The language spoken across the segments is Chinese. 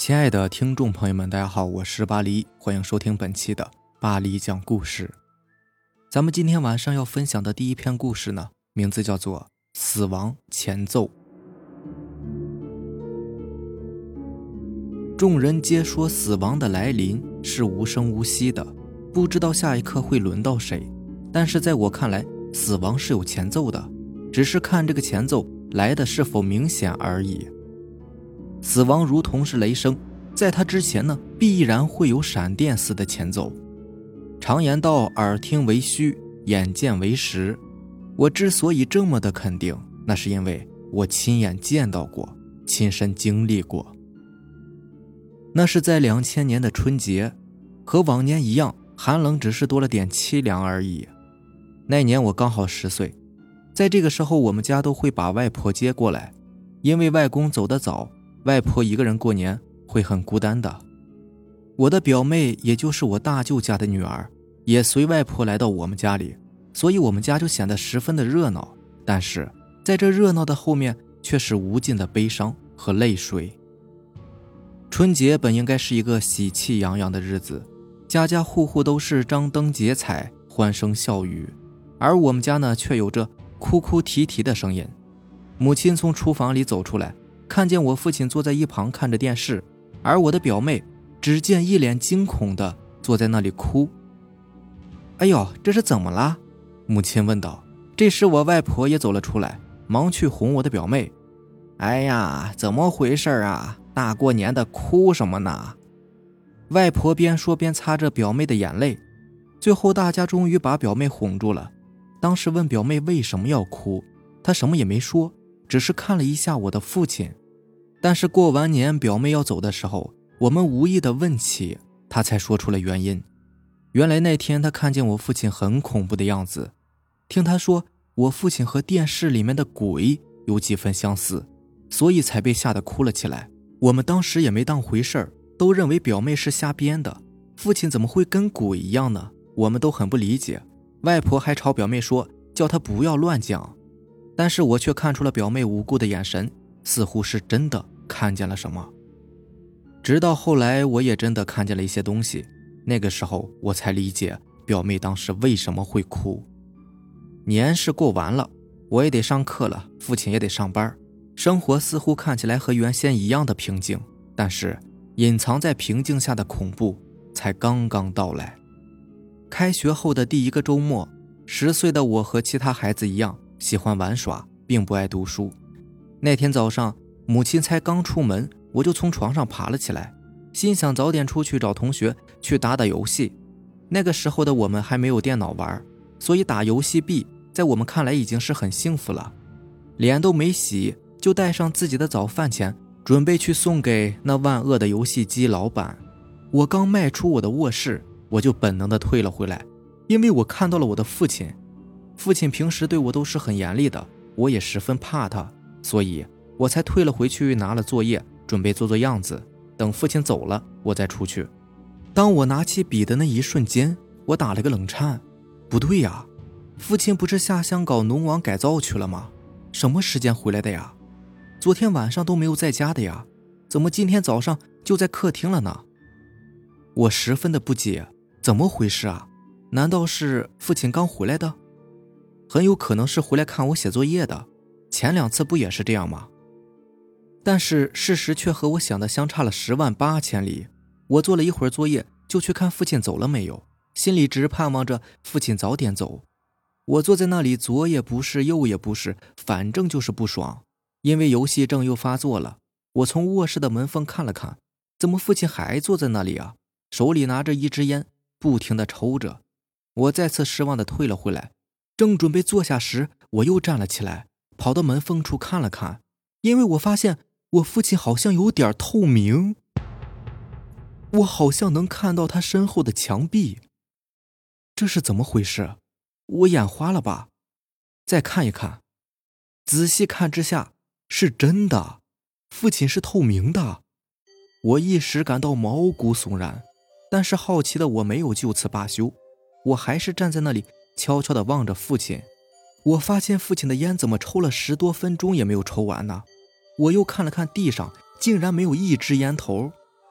亲爱的听众朋友们，大家好，我是巴黎，欢迎收听本期的巴黎讲故事。咱们今天晚上要分享的第一篇故事呢，名字叫做死亡前奏。众人皆说死亡的来临是无声无息的，不知道下一刻会轮到谁，但是在我看来，死亡是有前奏的，只是看这个前奏来的是否明显而已。死亡如同是雷声，在它之前呢，必然会有闪电似的前奏。常言道，耳听为虚，眼见为实。我之所以这么的肯定，那是因为我亲眼见到过，亲身经历过。那是在2000年的春节，和往年一样，寒冷只是多了点凄凉而已。那年我刚好10岁，在这个时候我们家都会把外婆接过来，因为外公走得早，外婆一个人过年会很孤单的。我的表妹，也就是我大舅家的女儿，也随外婆来到我们家里，所以我们家就显得十分的热闹。但是在这热闹的后面，却是无尽的悲伤和泪水。春节本应该是一个喜气洋洋的日子，家家户户都是张灯结彩，欢声笑语，而我们家呢，却有着哭哭啼啼的声音。母亲从厨房里走出来，看见我父亲坐在一旁看着电视，而我的表妹只见一脸惊恐的坐在那里哭。哎呦，这是怎么了？母亲问道。这时我外婆也走了出来，忙去哄我的表妹。哎呀，怎么回事啊？大过年的哭什么呢？外婆边说边擦着表妹的眼泪。最后大家终于把表妹哄住了。当时问表妹为什么要哭，她什么也没说，只是看了一下我的父亲。但是过完年表妹要走的时候，我们无意的问起，她才说出了原因。原来那天她看见我父亲很恐怖的样子，听她说我父亲和电视里面的鬼有几分相似，所以才被吓得哭了起来。我们当时也没当回事儿，都认为表妹是瞎编的，父亲怎么会跟鬼一样呢？我们都很不理解。外婆还朝表妹说，叫她不要乱讲。但是我却看出了表妹无辜的眼神，似乎是真的看见了什么。直到后来我也真的看见了一些东西，那个时候我才理解表妹当时为什么会哭。年是过完了，我也得上课了，父亲也得上班，生活似乎看起来和原先一样的平静，但是隐藏在平静下的恐怖才刚刚到来。开学后的第一个周末，10岁的我和其他孩子一样喜欢玩耍，并不爱读书。那天早上，母亲才刚出门，我就从床上爬了起来，心想早点出去找同学去打打游戏。那个时候的我们还没有电脑玩，所以打游戏币在我们看来已经是很幸福了。脸都没洗，就带上自己的早饭钱，准备去送给那万恶的游戏机老板。我刚迈出我的卧室，我就本能地退了回来，因为我看到了我的父亲。父亲平时对我都是很严厉的，我也十分怕他，所以我才退了回去，拿了作业，准备做做样子，等父亲走了我再出去。当我拿起笔的那一瞬间，我打了个冷颤。不对呀，父亲不是下乡搞农网改造去了吗？什么时间回来的呀？昨天晚上都没有在家的呀，怎么今天早上就在客厅了呢？我十分的不解，怎么回事啊？难道是父亲刚回来的？很有可能是回来看我写作业的，前2次不也是这样吗？但是事实却和我想的相差了10万8千里。我做了一会儿作业，就去看父亲走了没有，心里只盼望着父亲早点走。我坐在那里，左也不是右也不是，反正就是不爽。因为游戏症又发作了，我从卧室的门缝看了看，怎么父亲还坐在那里啊？手里拿着一支烟，不停地抽着。我再次失望地退了回来，正准备坐下时，我又站了起来，跑到门缝处看了看，因为我发现我父亲好像有点透明，我好像能看到他身后的墙壁。这是怎么回事？我眼花了吧？再看一看，仔细看之下，是真的，父亲是透明的。我一时感到毛骨悚然，但是好奇的我没有就此罢休，我还是站在那里悄悄地望着父亲。我发现父亲的烟怎么抽了10多分钟也没有抽完呢？我又看了看地上，竟然没有一支烟头。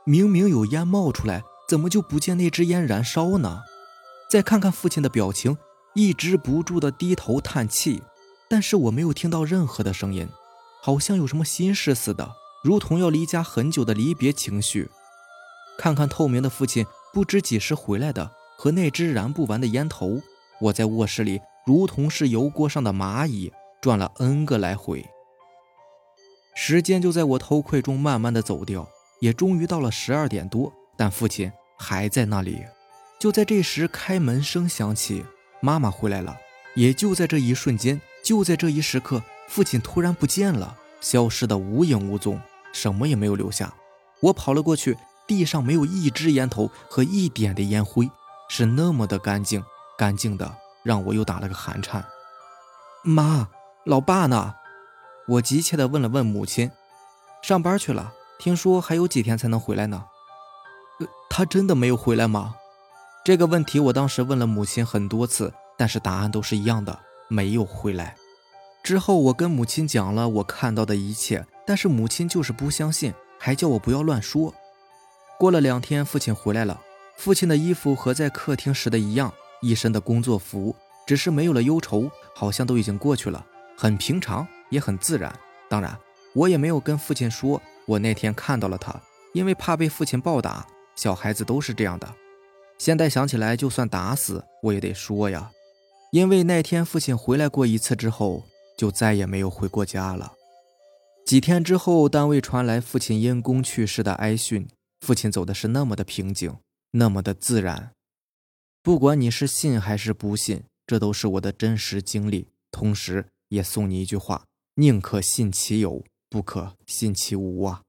明明有烟冒出来，怎么就不见那支烟燃烧呢？再看看父亲的表情，一直不住地低头叹气，但是我没有听到任何的声音，好像有什么心事似的，如同要离家很久的离别情绪。看看透明的父亲不知几时回来的和那只燃不完的烟头，我在卧室里如同是油锅上的蚂蚁，转了 N 个来回。时间就在我偷窥中慢慢的走掉，也终于到了12点多，但父亲还在那里。就在这时，开门声响起，妈妈回来了。也就在这一瞬间，就在这一时刻，父亲突然不见了，消失的无影无踪，什么也没有留下。我跑了过去，地上没有一支烟头和一点的烟灰，是那么的干净，干净的让我又打了个寒颤。妈，老爸呢？我急切地问了问母亲。上班去了，听说还有几天才能回来呢。他真的没有回来吗？这个问题我当时问了母亲很多次，但是答案都是一样的，没有回来。之后我跟母亲讲了我看到的一切，但是母亲就是不相信，还叫我不要乱说。过了2天，父亲回来了。父亲的衣服和在客厅时的一样，一身的工作服，只是没有了忧愁，好像都已经过去了，很平常也很自然。当然我也没有跟父亲说我那天看到了他，因为怕被父亲暴打，小孩子都是这样的。现在想起来，就算打死我也得说呀，因为那天父亲回来过一次之后，就再也没有回过家了。几天之后，单位传来父亲因公去世的哀讯，父亲走的是那么的平静，那么的自然。不管你是信还是不信，这都是我的真实经历，同时也送你一句话：宁可信其有，不可信其无啊。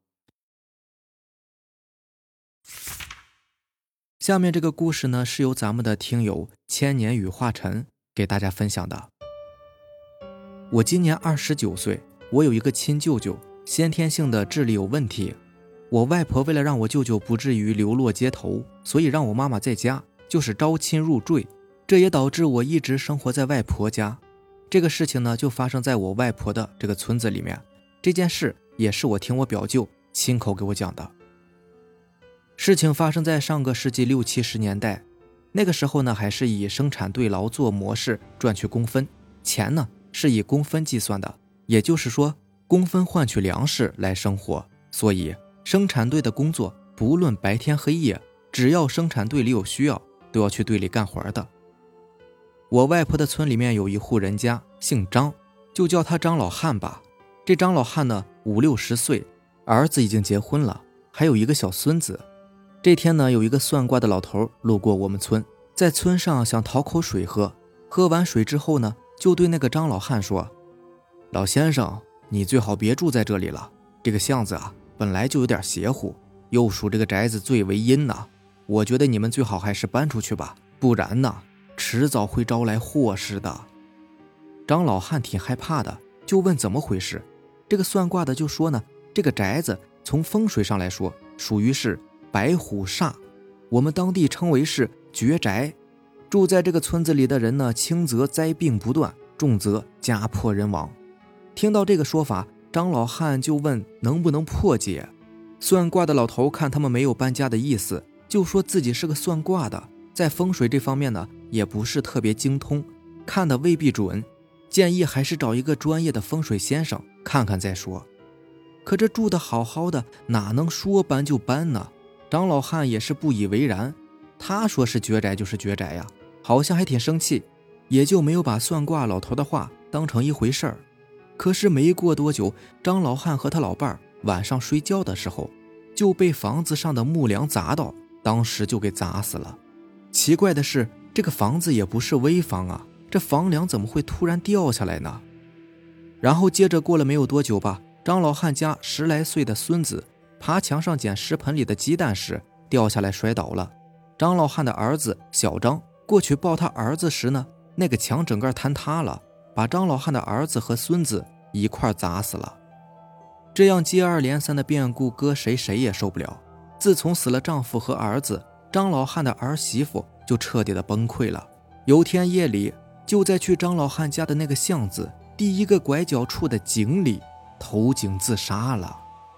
下面这个故事呢，是由咱们的听友千年羽化尘给大家分享的。我今年29岁，我有一个亲舅舅，先天性的智力有问题。我外婆为了让我舅舅不至于流落街头，所以让我妈妈在家，就是招亲入赘，这也导致我一直生活在外婆家。这个事情呢，就发生在我外婆的这个村子里面。这件事也是我听我表舅亲口给我讲的。事情发生在上个世纪60、70年代，那个时候呢，还是以生产队劳作模式赚取工分，钱呢是以工分计算的，也就是说工分换取粮食来生活，所以生产队的工作不论白天黑夜，只要生产队里有需要，都要去队里干活的。我外婆的村里面有一户人家姓张，就叫他张老汉吧。这张老汉呢5、60岁，儿子已经结婚了，还有一个小孙子。这天呢，有一个算卦的老头路过我们村，在村上想讨口水喝，喝完水之后呢，就对那个张老汉说：老先生，你最好别住在这里了，这个巷子啊本来就有点邪乎，又属这个宅子最为阴呐，我觉得你们最好还是搬出去吧，不然呢迟早会招来祸事的。张老汉挺害怕的，就问怎么回事。这个算卦的就说呢，这个宅子从风水上来说属于是白虎煞，我们当地称为是绝宅。住在这个村子里的人呢，轻则灾病不断，重则家破人亡。听到这个说法，张老汉就问能不能破解。算卦的老头看他们没有搬家的意思，就说自己是个算卦的，在风水这方面呢也不是特别精通，看的未必准，建议还是找一个专业的风水先生看看再说。可这住得好好的，哪能说搬就搬呢？张老汉也是不以为然，他说是绝宅就是绝宅呀，好像还挺生气，也就没有把算卦老头的话当成一回事儿。可是没过多久，张老汉和他老伴儿晚上睡觉的时候就被房子上的木梁砸到，当时就给砸死了。奇怪的是，这个房子也不是危房啊，这房梁怎么会突然掉下来呢？然后接着过了没有多久吧，张老汉家10来岁的孙子爬墙上捡食盆里的鸡蛋时掉下来摔倒了。张老汉的儿子小张过去抱他儿子时呢，那个墙整个坍塌了，把张老汉的儿子和孙子一块砸死了。这样接二连三的变故，搁谁也受不了。自从死了丈夫和儿子，张老汉的儿媳妇就彻底的崩溃了。有天夜里，就在去张老汉家的那个巷子第一个拐角处的井里投井自杀了。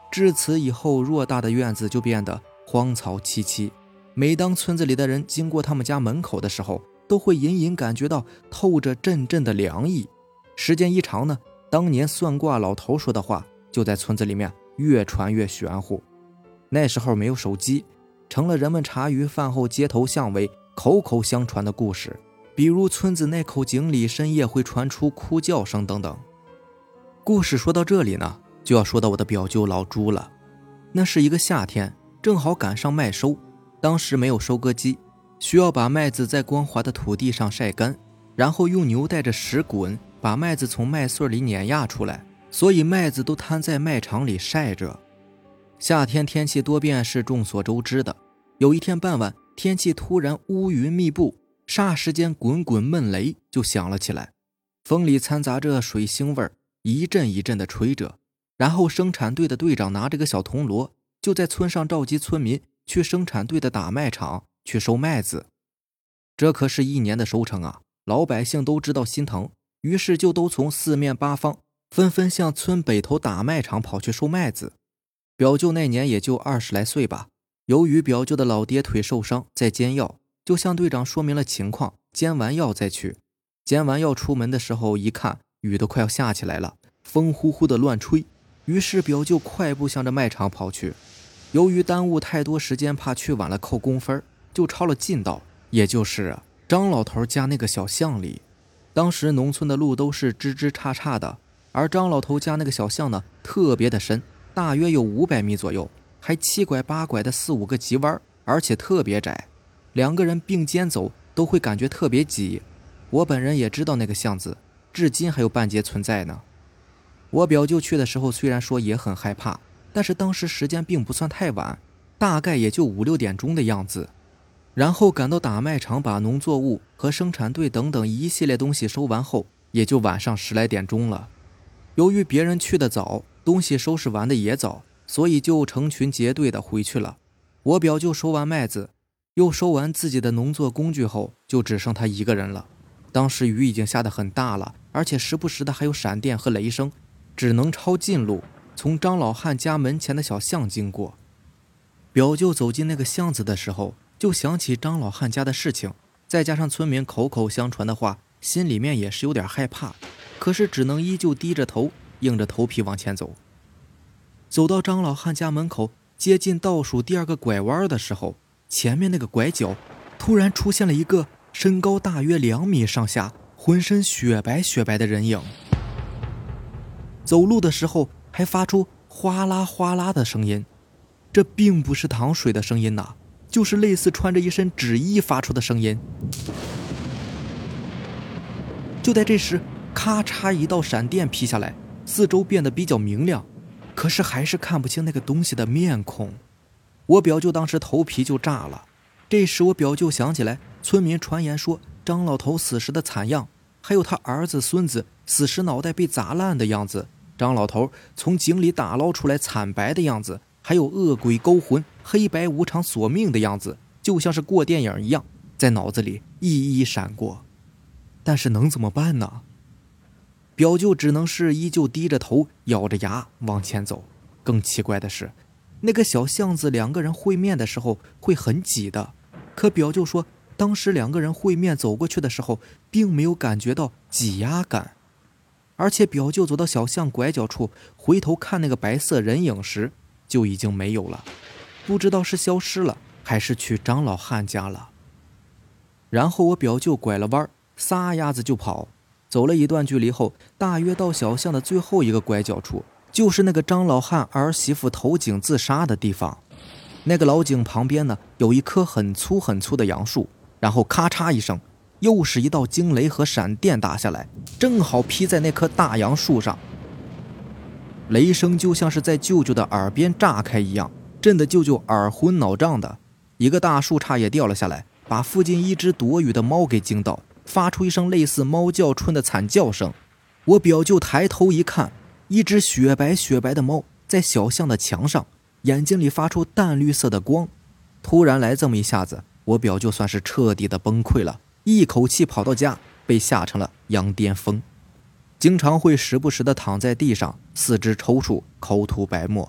至此以后，偌大的院子就变得荒草萋萋。每当村子里的人经过他们家门口的时候，都会隐隐感觉到透着阵阵的凉意。时间一长呢，当年算卦老头说的话就在村子里面越传越玄乎。那时候没有手机，成了人们茶余饭后街头巷尾口口相传的故事，比如村子那口井里深夜会传出哭叫声等等。故事说到这里呢，就要说到我的表舅老朱了。那是一个夏天，正好赶上麦收，当时没有收割机，需要把麦子在光滑的土地上晒干，然后用牛带着石滚把麦子从麦穗里碾压出来，所以麦子都摊在麦场里晒着。夏天天气多变是众所周知的，有一天傍晚，天气突然乌云密布，霎时间滚滚闷雷就响了起来，风里掺杂着水腥味儿，一阵一阵的吹着。然后生产队的队长拿着个小铜锣，就在村上召集村民去生产队的打麦场去收麦子。这可是一年的收成啊，老百姓都知道心疼，于是就都从四面八方纷纷向村北头打麦场跑去收麦子。表舅那年也就20来岁吧，由于表舅的老爹腿受伤在煎药，就向队长说明了情况，煎完药再去。煎完药出门的时候一看，雨都快要下起来了，风呼呼的乱吹，于是表舅快步向着麦场跑去。由于耽误太多时间，怕去晚了扣工分，就抄了近道，也就是张老头家那个小巷里。当时农村的路都是枝枝杈杈的，而张老头家那个小巷呢特别的深，大约有500米左右，还7拐8拐的4、5个急弯，而且特别窄，两个人并肩走都会感觉特别挤。我本人也知道那个巷子，至今还有半截存在呢。我表舅去的时候虽然说也很害怕，但是当时时间并不算太晚，大概也就5、6点钟的样子。然后赶到打麦场，把农作物和生产队等等一系列东西收完后，也就晚上10来点钟了。由于别人去的早，东西收拾完的也早，所以就成群结队的回去了。我表舅收完麦子，又收完自己的农作工具后，就只剩他一个人了。当时雨已经下得很大了，而且时不时的还有闪电和雷声，只能抄近路，从张老汉家门前的小巷经过。表舅走进那个巷子的时候，就想起张老汉家的事情，再加上村民口口相传的话，心里面也是有点害怕，可是只能依旧低着头，硬着头皮往前走。走到张老汉家门口，接近倒数第2个拐弯的时候，前面那个拐角突然出现了一个身高大约2米上下，浑身雪白雪白的人影。走路的时候还发出哗啦哗啦的声音，这并不是淌水的声音呐，就是类似穿着一身纸衣发出的声音。就在这时，咔嚓一道闪电劈下来，四周变得比较明亮，可是还是看不清那个东西的面孔。我表舅当时头皮就炸了。这时我表舅想起来村民传言说张老头死时的惨样，还有他儿子孙子死时脑袋被砸烂的样子，张老头从井里打捞出来惨白的样子，还有恶鬼勾魂黑白无常索命的样子，就像是过电影一样，在脑子里一一闪过。但是能怎么办呢？表舅只能是依旧低着头咬着牙往前走。更奇怪的是，那个小巷子2个人会面的时候会很挤的，可表舅说当时2个人会面走过去的时候并没有感觉到挤压感。而且表舅走到小巷拐角处，回头看那个白色人影时就已经没有了，不知道是消失了还是去张老汉家了。然后我表舅拐了弯，撒丫子就跑，走了一段距离后，大约到小巷的最后一个拐角处，就是那个张老汉儿媳妇投井自杀的地方。那个老井旁边呢，有一棵很粗很粗的杨树，然后咔嚓一声，又是一道惊雷和闪电打下来，正好劈在那棵大杨树上。雷声就像是在舅舅的耳边炸开一样，震得舅舅耳昏脑胀的。一个大树杈也掉了下来，把附近一只躲雨的猫给惊到，发出一声类似猫叫春的惨叫声。我表舅抬头一看，一只雪白雪白的猫在小巷的墙上，眼睛里发出淡绿色的光。突然来这么一下子，我表舅算是彻底的崩溃了，一口气跑到家，被吓成了羊癫疯，经常会时不时的躺在地上，四肢抽搐，口吐白沫。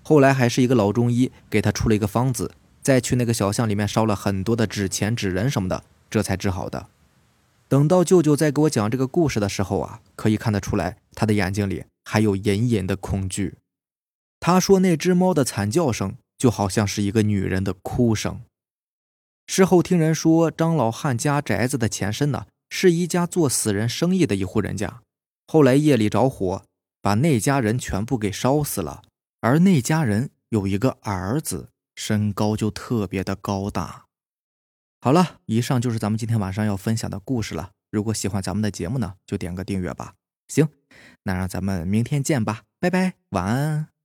后来还是一个老中医给他出了一个方子，再去那个小巷里面烧了很多的纸钱纸人什么的，这才治好的。等到舅舅在给我讲这个故事的时候啊，可以看得出来他的眼睛里还有隐隐的恐惧。他说那只猫的惨叫声就好像是一个女人的哭声。事后听人说，张老汉家宅子的前身呢，是一家做死人生意的一户人家，后来夜里着火，把那家人全部给烧死了。而那家人有一个儿子，身高就特别的高大。好了，以上就是咱们今天晚上要分享的故事了。如果喜欢咱们的节目呢，就点个订阅吧。行，那让咱们明天见吧，拜拜，晚安。